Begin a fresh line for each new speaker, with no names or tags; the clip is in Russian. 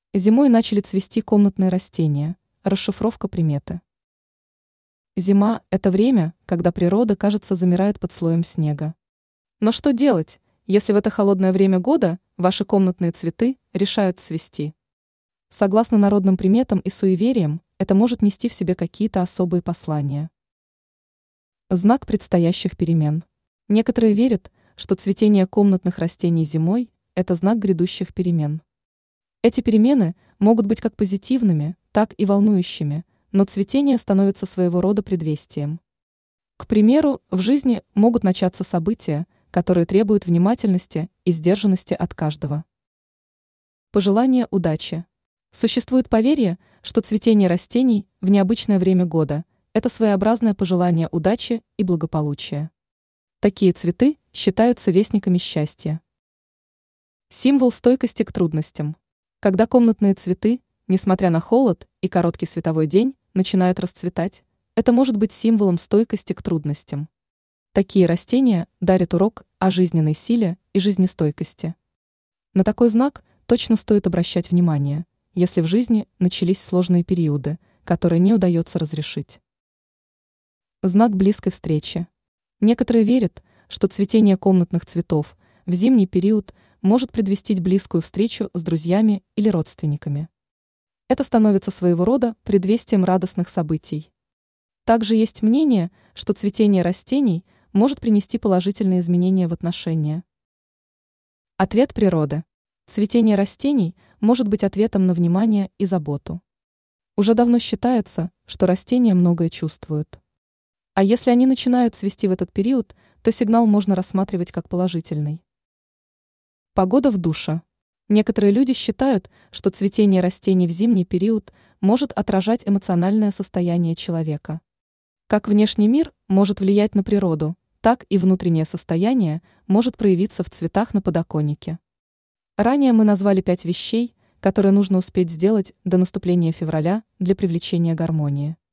Зимой начали цвести комнатные растения. Расшифровка приметы. Зима – это время, когда природа, кажется, замирает под слоем снега. Но что делать, если в это холодное время года ваши комнатные цветы решают цвести? Согласно народным приметам и суевериям, это может нести в себе какие-то особые послания. Знак предстоящих перемен. Некоторые верят, что цветение комнатных растений зимой – это знак грядущих перемен. Эти перемены могут быть как позитивными, так и волнующими, но цветение становится своего рода предвестием. К примеру, в жизни могут начаться события, которые требуют внимательности и сдержанности от каждого. Пожелание удачи. Существует поверье, что цветение растений в необычное время года – это своеобразное пожелание удачи и благополучия. Такие цветы считаются вестниками счастья. Символ стойкости к трудностям. Когда комнатные цветы, несмотря на холод и короткий световой день, начинают расцветать, это может быть символом стойкости к трудностям. Такие растения дарят урок о жизненной силе и жизнестойкости. На такой знак точно стоит обращать внимание, если в жизни начались сложные периоды, которые не удается разрешить. Знак близкой встречи. Некоторые верят, что цветение комнатных цветов в зимний период может предвестить близкую встречу с друзьями или родственниками. Это становится своего рода предвестием радостных событий. Также есть мнение, что цветение растений может принести положительные изменения в отношения. Ответ природы. Цветение растений может быть ответом на внимание и заботу. Уже давно считается, что растения многое чувствуют. А если они начинают цвести в этот период, то сигнал можно рассматривать как положительный. Погода в душе. Некоторые люди считают, что цветение растений в зимний период может отражать эмоциональное состояние человека. Как внешний мир может влиять на природу, так и внутреннее состояние может проявиться в цветах на подоконнике. Ранее мы назвали 5 вещей, которые нужно успеть сделать до наступления февраля для привлечения гармонии.